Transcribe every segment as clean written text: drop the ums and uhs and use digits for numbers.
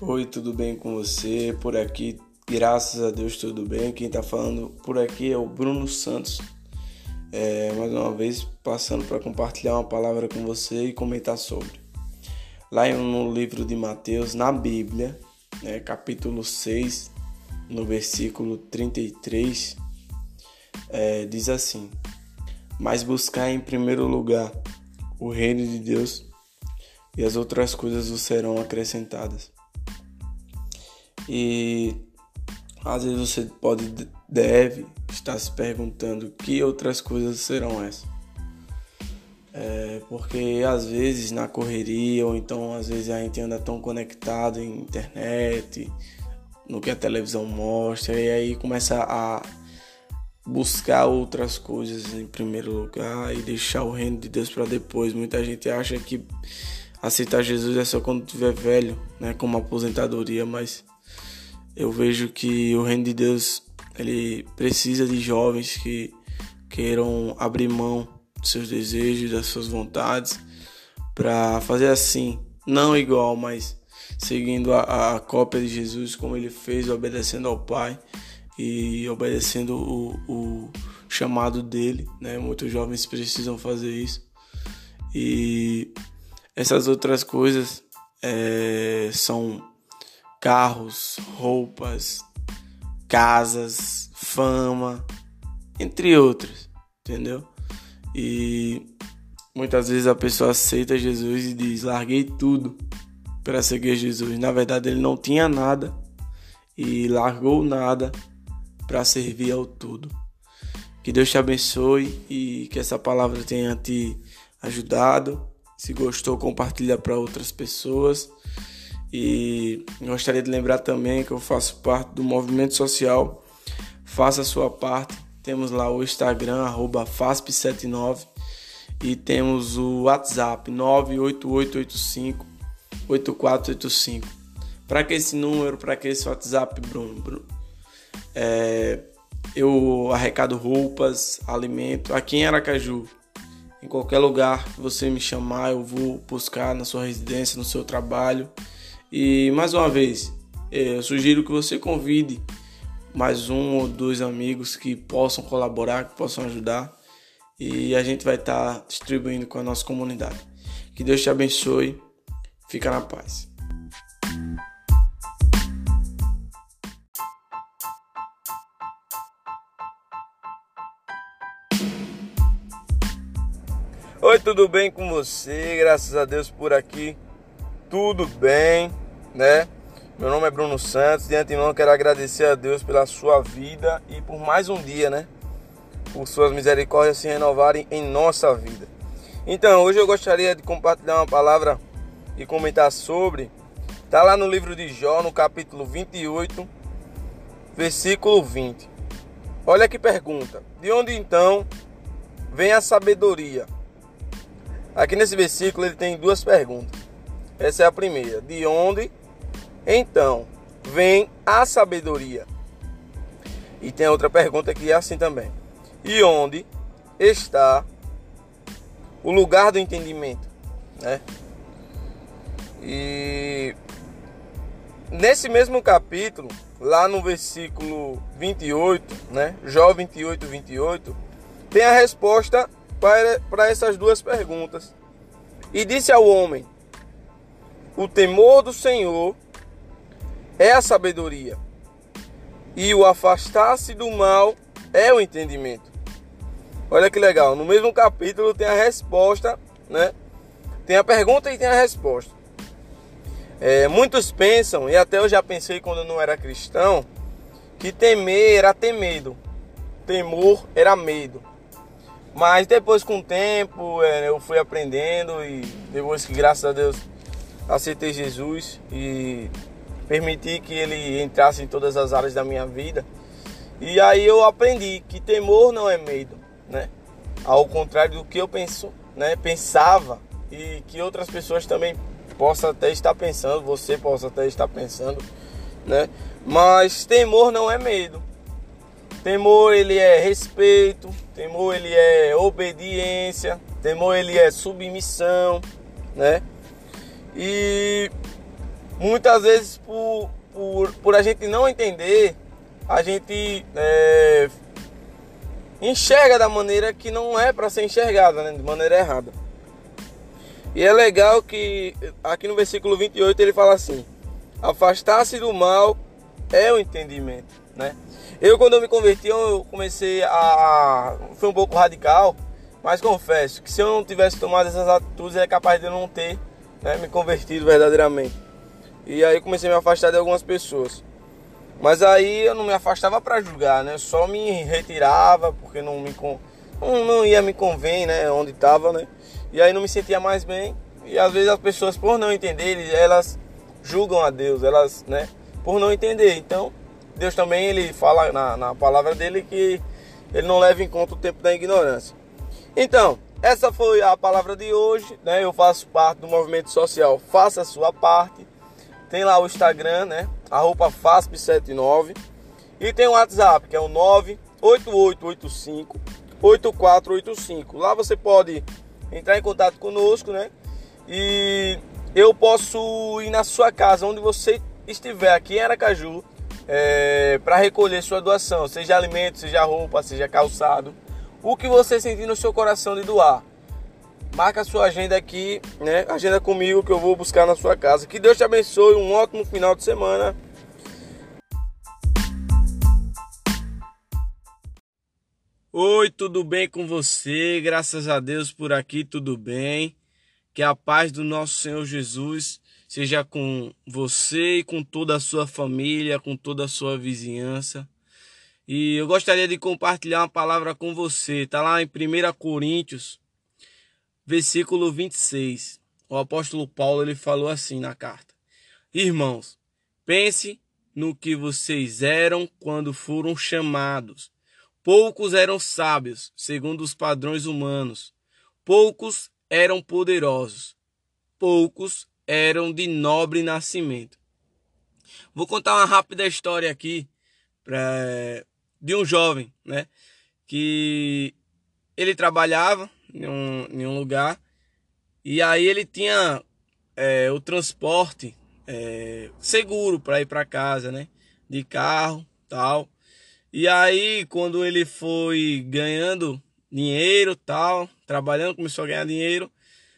Oi, tudo bem com você? Por aqui, graças a Deus, tudo bem. Quem tá falando por aqui é o Bruno Santos. Mais uma vez, passando para compartilhar uma palavra com você e comentar sobre. Lá no livro de Mateus, na Bíblia, capítulo 6, no versículo 33, diz assim: Mas buscai em primeiro lugar o reino de Deus e as outras coisas vos serão acrescentadas. E às vezes você deve estar se perguntando que outras coisas serão essas. Porque às vezes na correria, ou então às vezes a gente anda tão conectado em internet, no que a televisão mostra, e aí começa a buscar outras coisas em primeiro lugar e deixar o reino de Deus para depois. Muita gente acha que aceitar Jesus é só quando tiver velho, como aposentadoria, mas eu vejo que o reino de Deus, ele precisa de jovens que queiram abrir mão dos seus desejos, das suas vontades, para fazer assim, não igual, mas seguindo a cópia de Jesus, como ele fez, obedecendo ao Pai e obedecendo o chamado dele, Muitos jovens precisam fazer isso. E essas outras coisas são carros, roupas, casas, fama, entre outras, entendeu? E muitas vezes a pessoa aceita Jesus e diz: larguei tudo para seguir Jesus. Na verdade, ele não tinha nada e largou nada para servir ao tudo. Que Deus te abençoe e que essa palavra tenha te ajudado. Se gostou, compartilha para outras pessoas. E gostaria de lembrar também que eu faço parte do movimento social. Faça a sua parte. Temos lá o Instagram, @fasp79, e temos o WhatsApp 98885-8485. Para que esse número, para que esse WhatsApp, Bruno? Eu arrecado roupas, alimento aqui em Aracaju. Em qualquer lugar que você me chamar, eu vou buscar na sua residência, no seu trabalho. E mais uma vez, eu sugiro que você convide mais um ou dois amigos que possam colaborar, que possam ajudar. E a gente vai estar distribuindo com a nossa comunidade. Que Deus te abençoe. Fica na paz. Oi, tudo bem com você? Graças a Deus por aqui. Tudo bem, Meu nome é Bruno Santos. De antemão quero agradecer a Deus pela sua vida e por mais um dia, Por suas misericórdias se renovarem em nossa vida. Então, hoje eu gostaria de compartilhar uma palavra e comentar sobre. Está lá no livro de Jó, no capítulo 28, versículo 20. Olha que pergunta: de onde então vem a sabedoria? Aqui nesse versículo ele tem duas perguntas. Essa é a primeira: de onde então vem a sabedoria? E tem outra pergunta que é assim também: e onde está o lugar do entendimento? E nesse mesmo capítulo, lá no versículo 28, Jó 28, 28, tem a resposta para essas duas perguntas. E disse ao homem: o temor do Senhor é a sabedoria, e o afastar-se do mal é o entendimento. Olha que legal, no mesmo capítulo tem a resposta, Tem a pergunta e tem a resposta. Muitos pensam, e até eu já pensei quando eu não era cristão, que temer era ter medo, temor era medo. Mas depois, com o tempo, eu fui aprendendo, e depois que, graças a Deus, aceitei Jesus e permiti que ele entrasse em todas as áreas da minha vida, e aí eu aprendi que temor não é medo, Ao contrário do que eu pensava, e que outras pessoas também possam até estar pensando, você possa até estar pensando, Mas temor não é medo. Temor, ele é respeito, temor, ele é obediência, temor, ele é submissão, E muitas vezes por a gente não entender, a gente enxerga da maneira que não é para ser enxergada, né? De maneira errada. E é legal que aqui no versículo 28 ele fala assim: afastar-se do mal é o entendimento, né? Quando eu me converti, eu comecei foi um pouco radical, mas confesso que se eu não tivesse tomado essas atitudes, é capaz de eu não ter, né, me convertido verdadeiramente. E aí comecei a me afastar de algumas pessoas. Mas aí eu não me afastava para julgar, né? Só me retirava porque não ia me convém, né? Onde estava, né? E aí não me sentia mais bem. E às vezes as pessoas, por não entender, elas julgam a Deus, elas, né? Por não entender. Então, Deus também, ele fala na palavra dele que ele não leva em conta o tempo da ignorância. Então, essa foi a palavra de hoje, né? Eu faço parte do movimento social Faça a Sua Parte. Tem lá o Instagram, né? @fasp79. E tem o WhatsApp, que é o 98885-8485. Lá você pode entrar em contato conosco, né? E eu posso ir na sua casa, onde você estiver, aqui em Aracaju, para recolher sua doação. Seja alimento, seja roupa, seja calçado. O que você sentir no seu coração de doar. Marca a sua agenda aqui, né? Agenda comigo que eu vou buscar na sua casa. Que Deus te abençoe, um ótimo final de semana. Oi, tudo bem com você? Graças a Deus por aqui tudo bem. Que a paz do nosso Senhor Jesus seja com você e com toda a sua família, com toda a sua vizinhança. E eu gostaria de compartilhar uma palavra com você. Está lá em 1 Coríntios, versículo 26, o apóstolo Paulo ele falou assim na carta: irmãos, pense no que vocês eram quando foram chamados. Poucos eram sábios, segundo os padrões humanos. Poucos eram poderosos. Poucos eram de nobre nascimento. Vou contar uma rápida história aqui de um jovem, né? Que ele trabalhava em um lugar, e aí ele tinha o transporte seguro para ir para casa, né? De carro, tal. E aí quando ele foi ganhando dinheiro, tal, trabalhando, começou a ganhar dinheiro,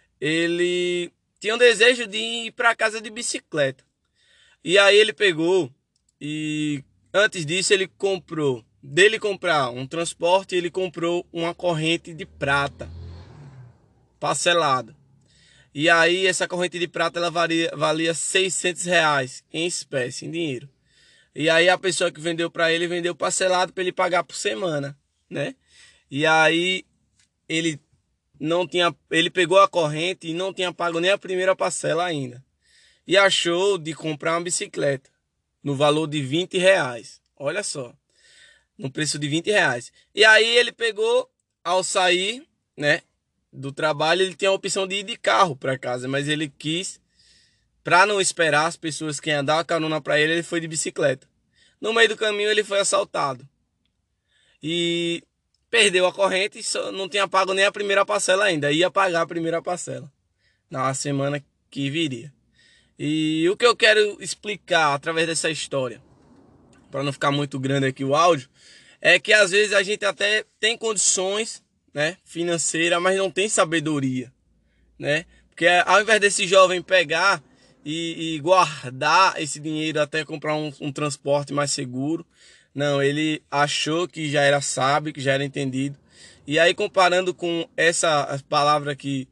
ele tinha um desejo de ir para casa de bicicleta. E aí ele pegou e antes disso ele comprou, dele comprar um transporte, ele comprou uma corrente de prata parcelada. E aí essa corrente de prata ela valia R$ 600 em espécie, em dinheiro. E aí a pessoa que vendeu para ele vendeu parcelado para ele pagar por semana, né? E aí ele pegou a corrente e não tinha pago nem a primeira parcela ainda. E achou de comprar uma bicicleta no valor de R$ 20. Olha só, no preço de R$ 20. E aí ele pegou, ao sair, né, do trabalho, ele tinha a opção de ir de carro para casa, mas ele quis, para não esperar as pessoas que iam dar a carona para ele, ele foi de bicicleta. No meio do caminho ele foi assaltado e perdeu a corrente e não tinha pago nem a primeira parcela ainda. Ia pagar a primeira parcela na semana que viria. E o que eu quero explicar através dessa história, para não ficar muito grande aqui o áudio, é que às vezes a gente até tem condições, né, financeiras, mas não tem sabedoria, né? Porque ao invés desse jovem pegar e guardar esse dinheiro até comprar um transporte mais seguro, não, ele achou que já era sábio, que já era entendido. E aí comparando com essa palavra que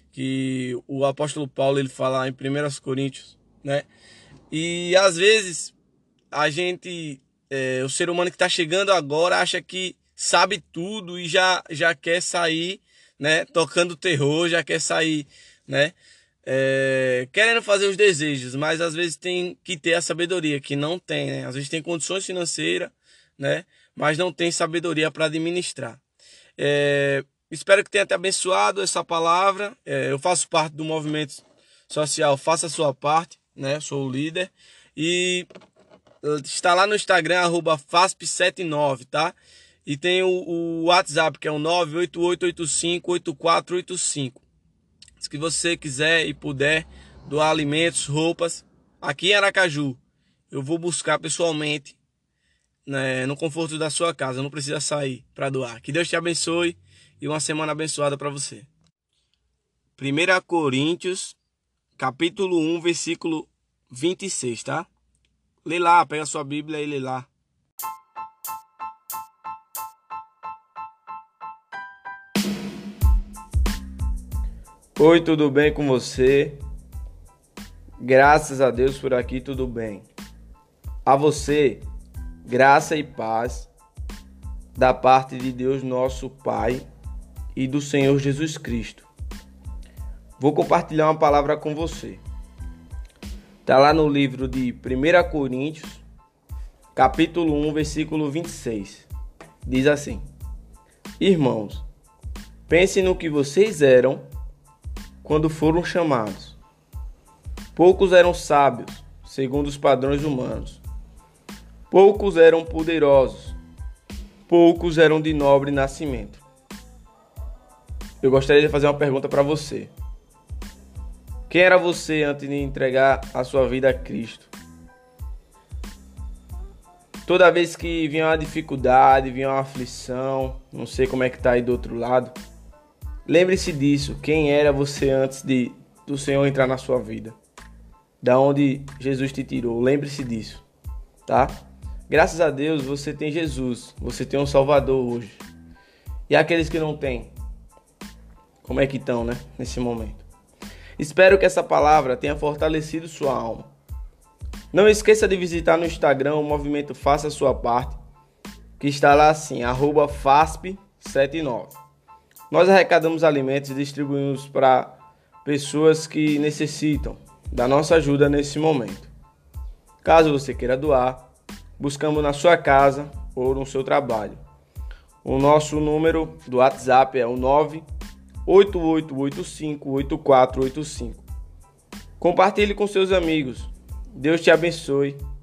o apóstolo Paulo ele fala em 1 Coríntios, né? E às vezes a gente, o ser humano que está chegando agora acha que sabe tudo e já quer sair, né? Tocando terror, já quer sair, né? Querendo fazer os desejos, mas às vezes tem que ter a sabedoria, que não tem, né? Às vezes tem condições financeiras, né? Mas não tem sabedoria para administrar. Espero que tenha te abençoado essa palavra. Eu faço parte do movimento social Faça a Sua Parte, né? Sou o líder. E está lá no Instagram, @fasp79, tá? E tem o WhatsApp, que é o 98885-8485. Se você quiser e puder doar alimentos, roupas, aqui em Aracaju, eu vou buscar pessoalmente, né, no conforto da sua casa. Não precisa sair para doar. Que Deus te abençoe e uma semana abençoada para você. 1 Coríntios, capítulo 1, versículo 26, tá? Lê lá, pega a sua Bíblia e lê lá. Oi, tudo bem com você? Graças a Deus por aqui tudo bem. A você, graça e paz da parte de Deus nosso Pai e do Senhor Jesus Cristo. Vou compartilhar uma palavra com você. Está lá no livro de 1 Coríntios, capítulo 1, versículo 26. Diz assim: Irmãos, pensem no que vocês eram quando foram chamados. Poucos eram sábios, segundo os padrões humanos. Poucos eram poderosos. Poucos eram de nobre nascimento. Eu gostaria de fazer uma pergunta para você. Quem era você antes de entregar a sua vida a Cristo? Toda vez que vinha uma dificuldade, vinha uma aflição, não sei como é que está aí do outro lado, lembre-se disso. Quem era você antes do Senhor entrar na sua vida? Da onde Jesus te tirou? Lembre-se disso, tá? Graças a Deus você tem Jesus, você tem um Salvador hoje. E aqueles que não têm? Como é que estão, né? Nesse momento. Espero que essa palavra tenha fortalecido sua alma. Não esqueça de visitar no Instagram o movimento Faça a Sua Parte, que está lá assim, @fasp79. Nós arrecadamos alimentos e distribuímos para pessoas que necessitam da nossa ajuda nesse momento. Caso você queira doar, buscamos na sua casa ou no seu trabalho. O nosso número do WhatsApp é o 988858485. Compartilhe com seus amigos. Deus te abençoe